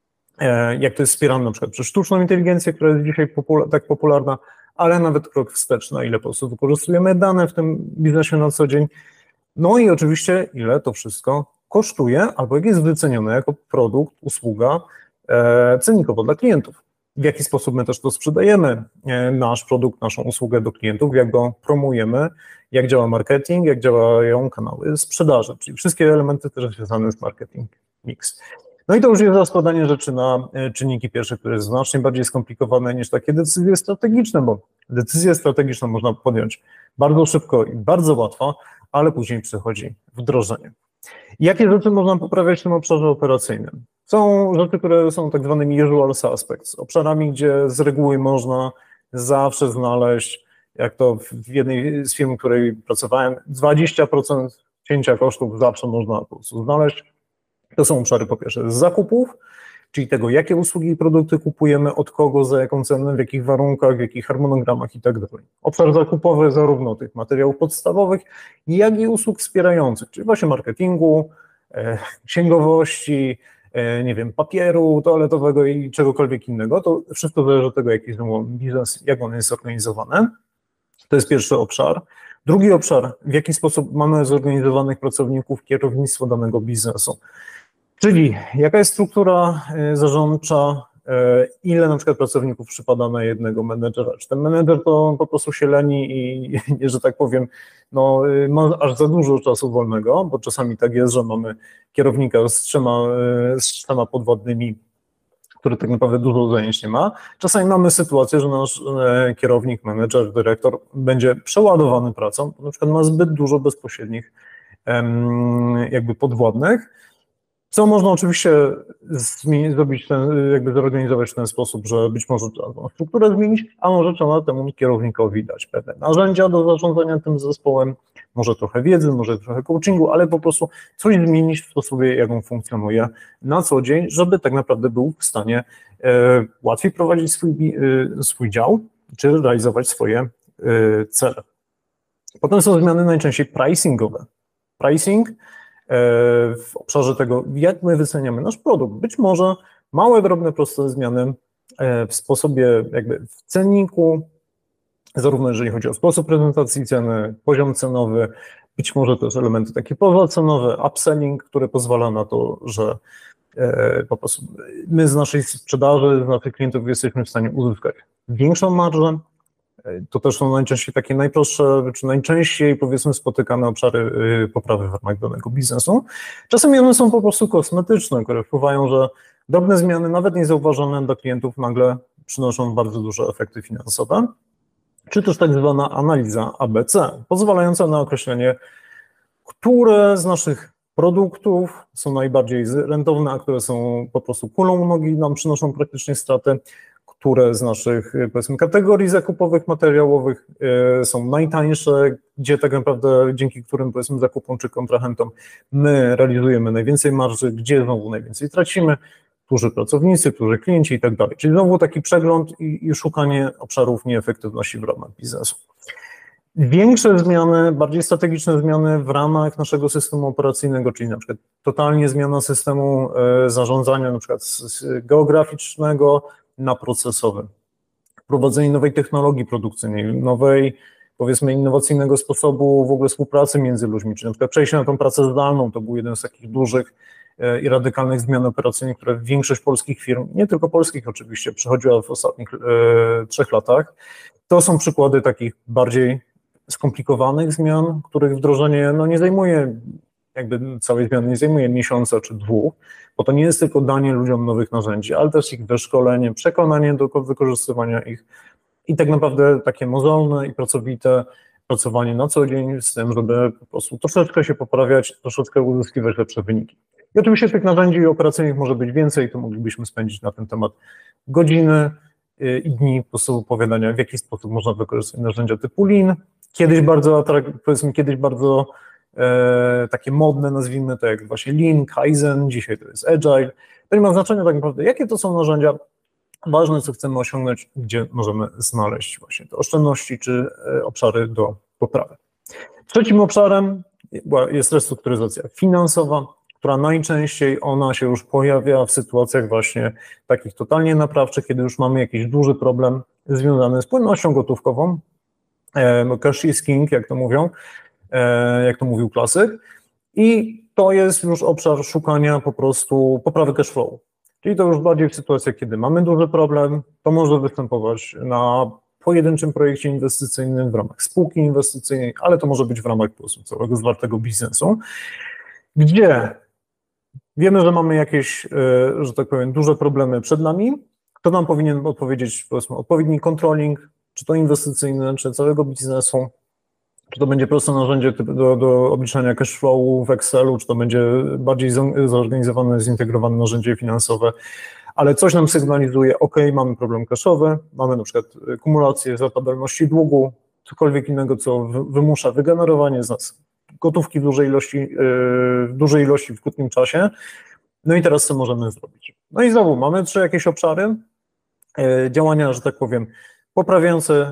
e, jak to jest wspierane na przykład przez sztuczną inteligencję, która jest dzisiaj popula- tak popularna, ale nawet krok wstecz, na ile po prostu wykorzystujemy dane w tym biznesie na co dzień. No i oczywiście, ile to wszystko kosztuje, albo jak jest wycenione jako produkt, usługa e, cennikowo dla klientów. W jaki sposób my też to sprzedajemy, e, nasz produkt, naszą usługę do klientów, jak go promujemy, jak działa marketing, jak działają kanały sprzedaży, czyli wszystkie elementy też związane z marketing mix. No i to już jest rozkładanie rzeczy na czynniki pierwsze, które jest znacznie bardziej skomplikowane niż takie decyzje strategiczne, bo decyzję strategiczną można podjąć bardzo szybko i bardzo łatwo, ale później przychodzi wdrożenie. Jakie rzeczy można poprawiać w tym obszarze operacyjnym? Są rzeczy, które są tak zwanymi usual suspects, obszarami, gdzie z reguły można zawsze znaleźć, jak to w jednej z firm, w której pracowałem, dwadzieścia procent cięcia kosztów zawsze można po prostu znaleźć. To są obszary po pierwsze z zakupów, czyli tego, jakie usługi i produkty kupujemy, od kogo, za jaką cenę, w jakich warunkach, w jakich harmonogramach i tak dalej. Obszar zakupowy zarówno tych materiałów podstawowych, jak i usług wspierających, czyli właśnie marketingu, e, księgowości, e, nie wiem, papieru toaletowego i czegokolwiek innego. To wszystko zależy od tego, jaki jest biznes, jak on jest zorganizowany. To jest pierwszy obszar. Drugi obszar, w jaki sposób mamy zorganizowanych pracowników, kierownictwo danego biznesu. Czyli jaka jest struktura zarządcza, ile na przykład pracowników przypada na jednego menedżera. Czy ten menedżer to po prostu się leni i, że tak powiem, no, ma aż za dużo czasu wolnego, bo czasami tak jest, że mamy kierownika z trzema, z trzema podwładnymi, który tak naprawdę dużo zajęć nie ma. Czasami mamy sytuację, że nasz kierownik, menedżer, dyrektor będzie przeładowany pracą, na przykład ma zbyt dużo bezpośrednich jakby podwładnych, co można oczywiście zmienić, zrobić ten, jakby zorganizować w ten sposób, że być może trzeba tą strukturę zmienić, a może trzeba temu kierownikowi dać pewne narzędzia do zarządzania tym zespołem, może trochę wiedzy, może trochę coachingu, ale po prostu coś zmienić w sposobie, jak on funkcjonuje na co dzień, żeby tak naprawdę był w stanie e, łatwiej prowadzić swój, e, swój dział, czy realizować swoje e, cele. Potem są zmiany najczęściej pricingowe. Pricing w obszarze tego, jak my wyceniamy nasz produkt. Być może małe, drobne, proste zmiany w sposobie, jakby w cenniku, zarówno jeżeli chodzi o sposób prezentacji ceny, poziom cenowy, być może też elementy takie pozacenowe, upselling, które pozwala na to, że po prostu my z naszej sprzedaży, z naszych klientów jesteśmy w stanie uzyskać większą marżę. To też są najczęściej takie najprostsze, czy najczęściej powiedzmy spotykane obszary poprawy w ramach danego biznesu. Czasami one są po prostu kosmetyczne, które wpływają, że drobne zmiany, nawet niezauważone dla klientów, nagle przynoszą bardzo duże efekty finansowe. Czy też tak zwana analiza A B C, pozwalająca na określenie, które z naszych produktów są najbardziej rentowne, a które są po prostu kulą u nogi, nam przynoszą praktycznie straty, które z naszych, powiedzmy, kategorii zakupowych, materiałowych y, są najtańsze, gdzie tak naprawdę dzięki którym, powiedzmy, zakupom czy kontrahentom my realizujemy najwięcej marży, gdzie znowu najwięcej tracimy, którzy pracownicy, którzy klienci i tak dalej. Czyli znowu taki przegląd i, i szukanie obszarów nieefektywności w ramach biznesu. Większe zmiany, bardziej strategiczne zmiany w ramach naszego systemu operacyjnego, czyli na przykład totalnie zmiana systemu y, zarządzania, na przykład z, z geograficznego na procesowy. Wprowadzenie nowej technologii produkcyjnej, nowej, powiedzmy, innowacyjnego sposobu w ogóle współpracy między ludźmi, czyli na przykład przejście na tą pracę zdalną, to był jeden z takich dużych i radykalnych zmian operacyjnych, które większość polskich firm, nie tylko polskich oczywiście, przechodziła w ostatnich e, trzech latach. To są przykłady takich bardziej skomplikowanych zmian, których wdrożenie no, nie zajmuje, jakby całej zmiany nie zajmuje miesiąca czy dwóch, bo to nie jest tylko danie ludziom nowych narzędzi, ale też ich wyszkolenie, przekonanie do wykorzystywania ich i tak naprawdę takie mozolne i pracowite pracowanie na co dzień z tym, żeby po prostu troszeczkę się poprawiać, troszeczkę uzyskiwać lepsze wyniki. I oczywiście tych narzędzi operacyjnych może być więcej, to moglibyśmy spędzić na ten temat godziny i dni po prostu opowiadania, w jaki sposób można wykorzystać narzędzia typu Lean. Kiedyś bardzo, powiedzmy, kiedyś bardzo e, takie modne, nazwijmy to jak właśnie Lean, Kaizen, dzisiaj to jest Agile. To nie ma znaczenia tak naprawdę, jakie to są narzędzia, ważne, co chcemy osiągnąć, gdzie możemy znaleźć właśnie te oszczędności czy e, obszary do poprawy. Trzecim obszarem jest restrukturyzacja finansowa, która najczęściej ona się już pojawia w sytuacjach właśnie takich totalnie naprawczych, kiedy już mamy jakiś duży problem związany z płynnością gotówkową. Cash is king, jak to mówią, jak to mówił klasyk. I to jest już obszar szukania po prostu poprawy cash flow. Czyli to już bardziej w sytuacjach, kiedy mamy duży problem, to może występować na pojedynczym projekcie inwestycyjnym, w ramach spółki inwestycyjnej, ale to może być w ramach po prostu całego zwartego biznesu, gdzie wiemy, że mamy jakieś, że tak powiem, duże problemy przed nami, kto nam powinien odpowiedzieć, powiedzmy, odpowiedni controlling, czy to inwestycyjny, czy całego biznesu, czy to będzie proste narzędzie do, do obliczania cash flowu w Excelu, czy to będzie bardziej zorganizowane, zintegrowane narzędzie finansowe, ale coś nam sygnalizuje, ok, mamy problem cashowy, mamy na przykład kumulację rentowności długu, cokolwiek innego, co wymusza wygenerowanie z nas gotówki w dużej ilości, w dużej ilości w krótkim czasie. No i teraz co możemy zrobić? No i znowu mamy trzy jakieś obszary działania, że tak powiem, poprawiające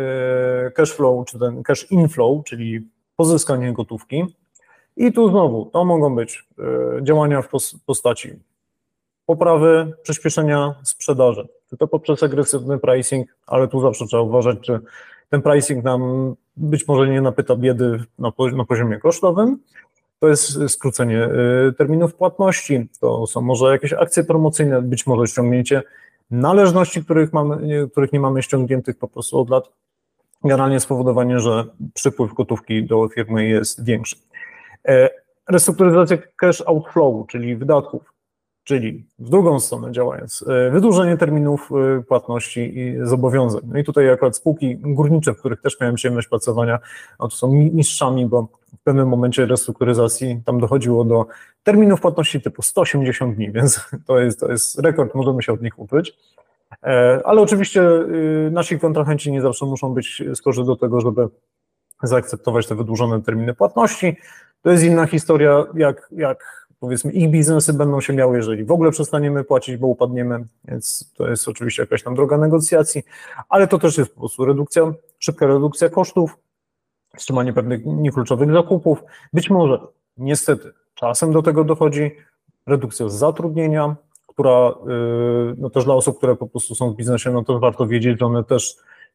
cash flow, czy ten cash inflow, czyli pozyskanie gotówki. I tu znowu to mogą być działania w postaci poprawy, przyspieszenia sprzedaży, czy to poprzez agresywny pricing, ale tu zawsze trzeba uważać, czy ten pricing nam być może nie napyta biedy na, na poziomie kosztowym. To jest skrócenie terminów płatności, to są może jakieś akcje promocyjne, być może ściągnięcie należności, których, mamy, których nie mamy ściągniętych po prostu od lat. Generalnie spowodowanie, że przypływ gotówki do firmy jest większy. Restrukturyzacja cash outflow, czyli wydatków, czyli w drugą stronę działając, wydłużenie terminów płatności i zobowiązań. No i tutaj akurat spółki górnicze, w których też miałem przyjemność pracowania, no to są mistrzami, bo w pewnym momencie restrukturyzacji tam dochodziło do terminów płatności typu sto osiemdziesiąt dni, więc to jest, to jest rekord, możemy się od nich uczyć. Ale oczywiście nasi kontrahenci nie zawsze muszą być skorzy do tego, żeby zaakceptować te wydłużone terminy płatności. To jest inna historia, jak, jak powiedzmy ich biznesy będą się miały, jeżeli w ogóle przestaniemy płacić, bo upadniemy, więc to jest oczywiście jakaś tam droga negocjacji, ale to też jest po prostu redukcja, szybka redukcja kosztów, wstrzymanie pewnych niekluczowych zakupów. Być może, niestety, czasem do tego dochodzi redukcja zatrudnienia, która no też dla osób, które po prostu są w biznesie, no to warto wiedzieć, że one też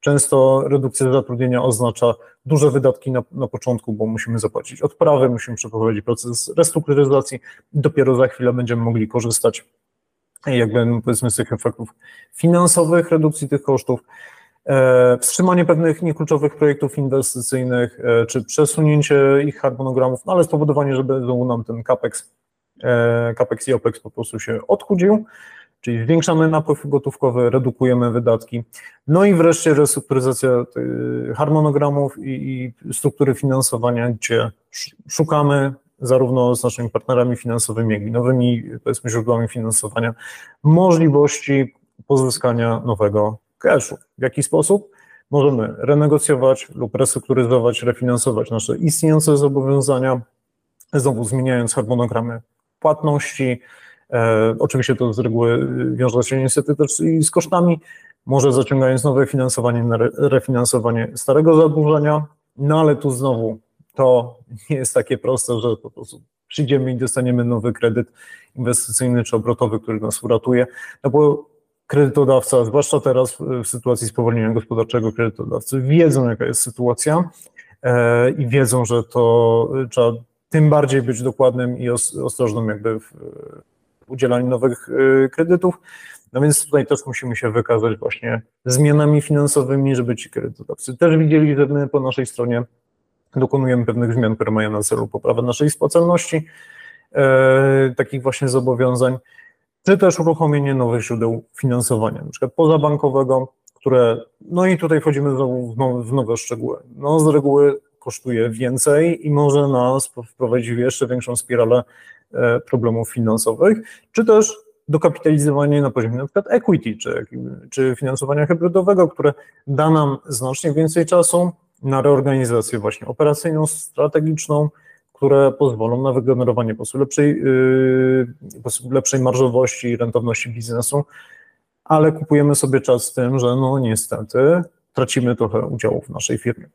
Często redukcja zatrudnienia oznacza duże wydatki na, na początku, bo musimy zapłacić odprawy, musimy przeprowadzić proces restrukturyzacji, dopiero za chwilę będziemy mogli korzystać jakby, no, powiedzmy, z tych efektów finansowych, redukcji tych kosztów. E, wstrzymanie pewnych niekluczowych projektów inwestycyjnych, e, czy przesunięcie ich harmonogramów, no ale spowodowanie, żeby znowu nam ten capex, e, capex i opex po prostu się odchudził, czyli zwiększamy napływ gotówkowy, redukujemy wydatki. No i wreszcie restrukturyzacja harmonogramów i, i struktury finansowania, gdzie szukamy zarówno z naszymi partnerami finansowymi, jak i nowymi, powiedzmy, źródłami finansowania możliwości pozyskania nowego cashu. W jaki sposób? Możemy renegocjować lub restrukturyzować, refinansować nasze istniejące zobowiązania, znowu zmieniając harmonogramy płatności. E, oczywiście to z reguły wiąże się niestety też i z kosztami, może zaciągając nowe finansowanie na re, refinansowanie starego zadłużenia, no ale tu znowu to nie jest takie proste, że po prostu przyjdziemy i dostaniemy nowy kredyt inwestycyjny czy obrotowy, który nas uratuje, no bo kredytodawca, zwłaszcza teraz w sytuacji spowolnienia gospodarczego, kredytodawcy wiedzą, jaka jest sytuacja e, i wiedzą, że to trzeba tym bardziej być dokładnym i os, ostrożnym jakby w udzielaniu nowych e, kredytów. No więc tutaj też musimy się wykazać właśnie zmianami finansowymi, żeby ci kredytodawcy też widzieli, że my po naszej stronie dokonujemy pewnych zmian, które mają na celu poprawę naszej spłacalności, e, takich właśnie zobowiązań, czy też uruchomienie nowych źródeł finansowania, na przykład pozabankowego, które, no i tutaj wchodzimy znowu w nowe, w nowe szczegóły, no z reguły kosztuje więcej i może nas wprowadzić w jeszcze większą spiralę e, problemów finansowych, czy też dokapitalizowanie na poziomie na przykład equity, czy, czy finansowania hybrydowego, które da nam znacznie więcej czasu na reorganizację właśnie operacyjną, strategiczną, które pozwolą na wygenerowanie po prostu lepszej, yy, po prostu lepszej marżowości i rentowności biznesu, ale kupujemy sobie czas z tym, że no niestety tracimy trochę udziału w naszej firmie.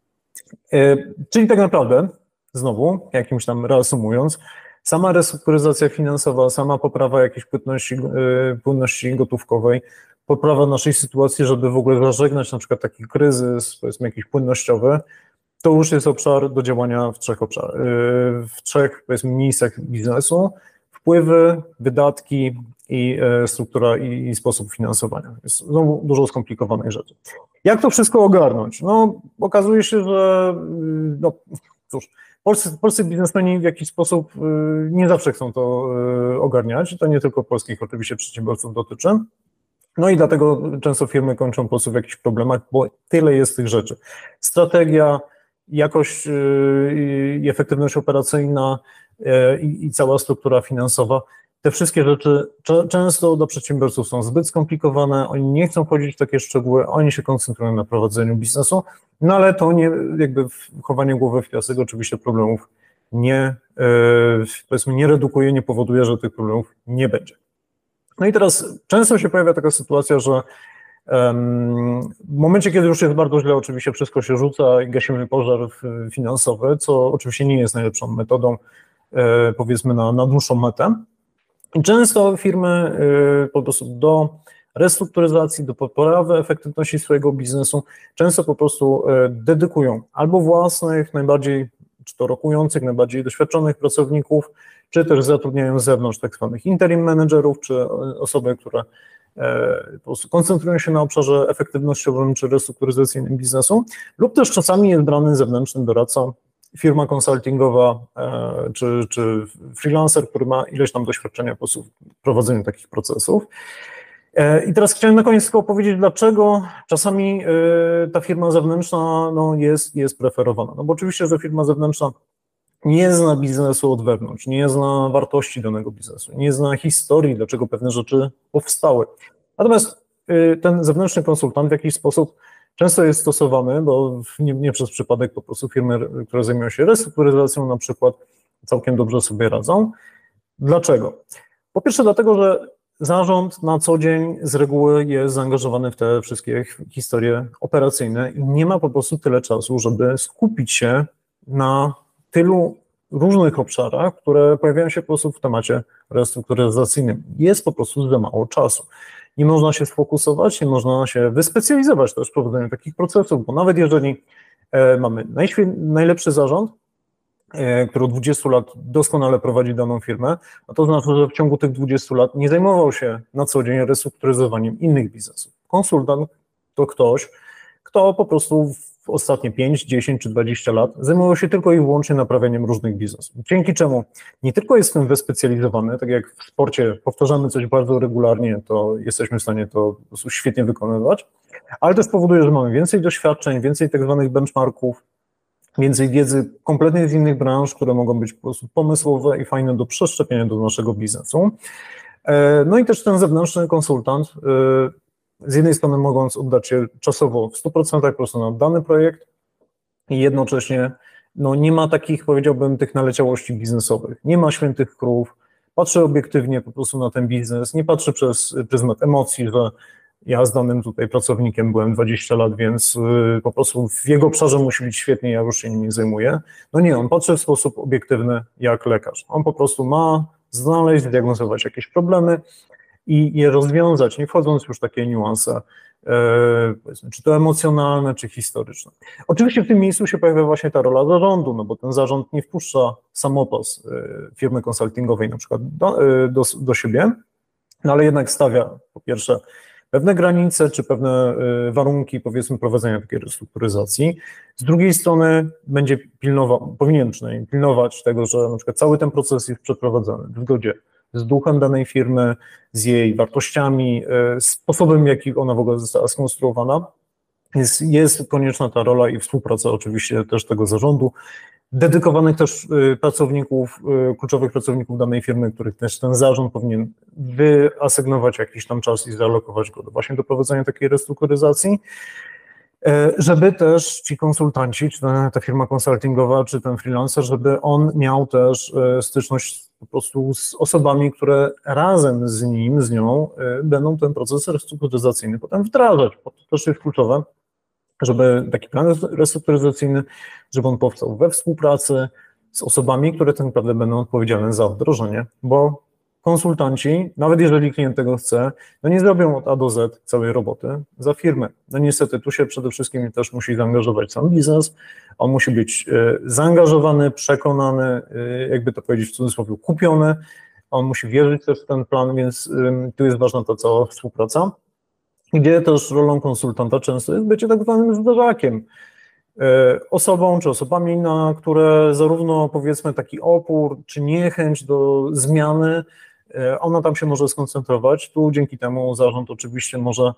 Yy, czyli tak naprawdę, znowu, jakimś tam reasumując, sama restrukturyzacja finansowa, sama poprawa jakiejś płynności, yy, płynności gotówkowej, poprawa naszej sytuacji, żeby w ogóle zażegnać na przykład taki kryzys, powiedzmy jakiś płynnościowy, to już jest obszar do działania w trzech obszarach, w trzech, powiedzmy, miejscach biznesu: wpływy, wydatki i struktura i, i sposób finansowania. Jest znowu dużo skomplikowanych rzeczy. Jak to wszystko ogarnąć? No, okazuje się, że no cóż, polscy, polscy biznesmeni w jakiś sposób nie zawsze chcą to ogarniać. To nie tylko polskich oczywiście przedsiębiorców dotyczy. No i dlatego często firmy kończą po prostu w jakichś problemach, bo tyle jest tych rzeczy. Strategia, jakość i efektywność operacyjna i, i cała struktura finansowa, te wszystkie rzeczy często dla przedsiębiorców są zbyt skomplikowane, oni nie chcą wchodzić w takie szczegóły, oni się koncentrują na prowadzeniu biznesu, no ale to nie, jakby chowanie głowy w piasek oczywiście problemów nie, powiedzmy, nie redukuje, nie powoduje, że tych problemów nie będzie. No i teraz często się pojawia taka sytuacja, że w momencie, kiedy już jest bardzo źle, oczywiście wszystko się rzuca i gasimy pożar finansowy, co oczywiście nie jest najlepszą metodą, powiedzmy, na, na dłuższą metę. I często firmy po prostu do restrukturyzacji, do poprawy efektywności swojego biznesu często po prostu dedykują albo własnych, najbardziej czy to rokujących, najbardziej doświadczonych pracowników, czy też zatrudniają z zewnątrz tak zwanych interim managerów, czy osoby, które po prostu koncentrują się na obszarze efektywnościowym czy restrukturyzacyjnym biznesu, lub też czasami jest brany zewnętrzny doradca, firma konsultingowa czy, czy freelancer, który ma ileś tam doświadczenia po prostu w prowadzeniu takich procesów. I teraz chciałem na koniec tylko powiedzieć, dlaczego czasami ta firma zewnętrzna no, jest, jest preferowana. No bo oczywiście, że firma zewnętrzna nie zna biznesu od wewnątrz, nie zna wartości danego biznesu, nie zna historii, dlaczego pewne rzeczy powstały. Natomiast ten zewnętrzny konsultant w jakiś sposób często jest stosowany, bo nie, nie przez przypadek po prostu firmy, które zajmują się restrukturyzacją na przykład, całkiem dobrze sobie radzą. Dlaczego? Po pierwsze dlatego, że zarząd na co dzień z reguły jest zaangażowany w te wszystkie historie operacyjne i nie ma po prostu tyle czasu, żeby skupić się na tylu różnych obszarach, które pojawiają się po prostu w temacie restrukturyzacyjnym. Jest po prostu za mało czasu. nie można się sfokusować, nie można się wyspecjalizować też w prowadzeniu takich procesów, bo nawet jeżeli mamy najlepszy zarząd, który od dwudziestu lat doskonale prowadzi daną firmę, no to znaczy, że w ciągu tych dwudziestu lat nie zajmował się na co dzień restrukturyzowaniem innych biznesów. Konsultant to ktoś, kto po prostu w ostatnie pięć, dziesięć czy dwadzieścia lat zajmował się tylko i wyłącznie naprawianiem różnych biznesów. Dzięki czemu nie tylko jest w tym wyspecjalizowany, tak jak w sporcie powtarzamy coś bardzo regularnie, to jesteśmy w stanie to po prostu świetnie wykonywać, ale też powoduje, że mamy więcej doświadczeń, więcej tak zwanych benchmarków, więcej wiedzy kompletnie z innych branż, które mogą być po prostu pomysłowe i fajne do przeszczepienia do naszego biznesu. No i też ten zewnętrzny konsultant, z jednej strony mogąc oddać się czasowo w stu procentach po prostu na dany projekt i jednocześnie no, nie ma takich, powiedziałbym, tych naleciałości biznesowych, nie ma świętych krów, patrzy obiektywnie po prostu na ten biznes, nie patrzy przez pryzmat emocji, że ja z danym tutaj pracownikiem byłem dwadzieścia lat, więc po prostu w jego obszarze musi być świetnie, ja już się nim nie zajmuję. No nie, on patrzy w sposób obiektywny jak lekarz. On po prostu ma znaleźć, zdiagnozować jakieś problemy i je rozwiązać, nie wchodząc już w takie niuanse, e, czy to emocjonalne, czy historyczne. Oczywiście w tym miejscu się pojawia właśnie ta rola zarządu, no bo ten zarząd nie wpuszcza samopas firmy konsultingowej na przykład do, do, do siebie, no ale jednak stawia po pierwsze pewne granice, czy pewne warunki, powiedzmy, prowadzenia takiej restrukturyzacji. Z drugiej strony będzie pilnował, powinien przynajmniej pilnować tego, że na przykład cały ten proces jest przeprowadzany w zgodzie z duchem danej firmy, z jej wartościami, sposobem, w jaki ona w ogóle została skonstruowana. Jest, jest konieczna ta rola i współpraca oczywiście też tego zarządu, dedykowanych też pracowników, kluczowych pracowników danej firmy, których też ten zarząd powinien wyasygnować jakiś tam czas i zaalokować go do właśnie do prowadzenia takiej restrukturyzacji, żeby też ci konsultanci, czy ta firma konsultingowa, czy ten freelancer, żeby on miał też styczność po prostu z osobami, które razem z nim, z nią będą ten proces restrukturyzacyjny potem wdrażać. To też jest kluczowe, żeby taki plan restrukturyzacyjny, żeby on powstał we współpracy z osobami, które tak naprawdę będą odpowiedzialne za wdrożenie, bo konsultanci, nawet jeżeli klient tego chce, no nie zrobią od A do Z całej roboty za firmę. No niestety tu się przede wszystkim też musi zaangażować sam biznes, on musi być zaangażowany, przekonany, jakby to powiedzieć w cudzysłowie, kupiony, on musi wierzyć też w ten plan, więc tu jest ważna ta cała współpraca, gdzie też rolą konsultanta często jest bycie tak zwanym zderzakiem, osobą czy osobami, na które zarówno powiedzmy taki opór czy niechęć do zmiany, ona tam się może skoncentrować. Tu dzięki temu zarząd oczywiście może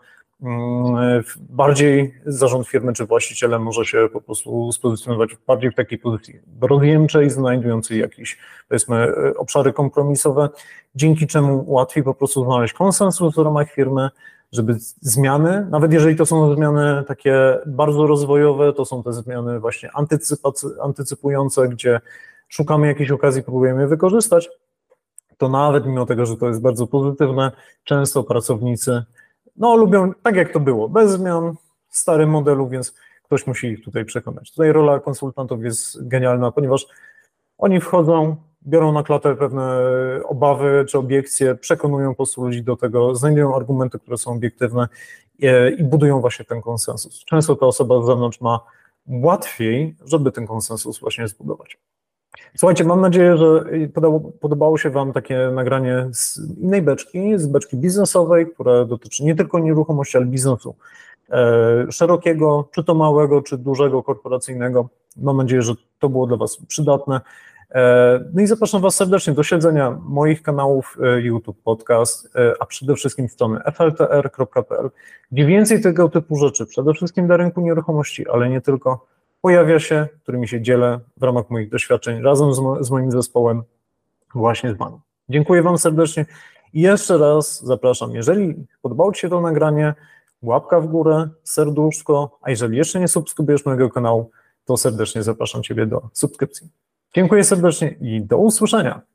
bardziej, zarząd firmy czy właścicielem może się po prostu spozycjonować bardziej w takiej pozycji rozjemczej, znajdującej jakieś, powiedzmy, obszary kompromisowe, dzięki czemu łatwiej po prostu znaleźć konsensus w ramach firmy, żeby zmiany, nawet jeżeli to są zmiany takie bardzo rozwojowe, to są te zmiany właśnie antycypujące, gdzie szukamy jakiejś okazji, próbujemy je wykorzystać, to nawet mimo tego, że to jest bardzo pozytywne, często pracownicy no lubią tak jak to było, bez zmian, w starym modelu, więc ktoś musi ich tutaj przekonać. Tutaj rola konsultantów jest genialna, ponieważ oni wchodzą, biorą na klatę pewne obawy czy obiekcje, przekonują po prostu ludzi do tego, znajdują argumenty, które są obiektywne i budują właśnie ten konsensus. Często ta osoba z zewnątrz ma łatwiej, żeby ten konsensus właśnie zbudować. Słuchajcie, mam nadzieję, że podobało, podobało się Wam takie nagranie z innej beczki, z beczki biznesowej, która dotyczy nie tylko nieruchomości, ale biznesu e, szerokiego, czy to małego, czy dużego, korporacyjnego. Mam nadzieję, że to było dla Was przydatne. E, no i zapraszam Was serdecznie do śledzenia moich kanałów e, YouTube, podcast, e, a przede wszystkim strony f l t r kropka p l, gdzie więcej tego typu rzeczy, przede wszystkim na rynku nieruchomości, ale nie tylko, pojawia się, którymi się dzielę w ramach moich doświadczeń razem z, mo z moim zespołem właśnie z Wami. Dziękuję Wam serdecznie i jeszcze raz zapraszam, jeżeli podobało Ci się to nagranie, łapka w górę, serduszko, a jeżeli jeszcze nie subskrybujesz mojego kanału, to serdecznie zapraszam Ciebie do subskrypcji. Dziękuję serdecznie i do usłyszenia.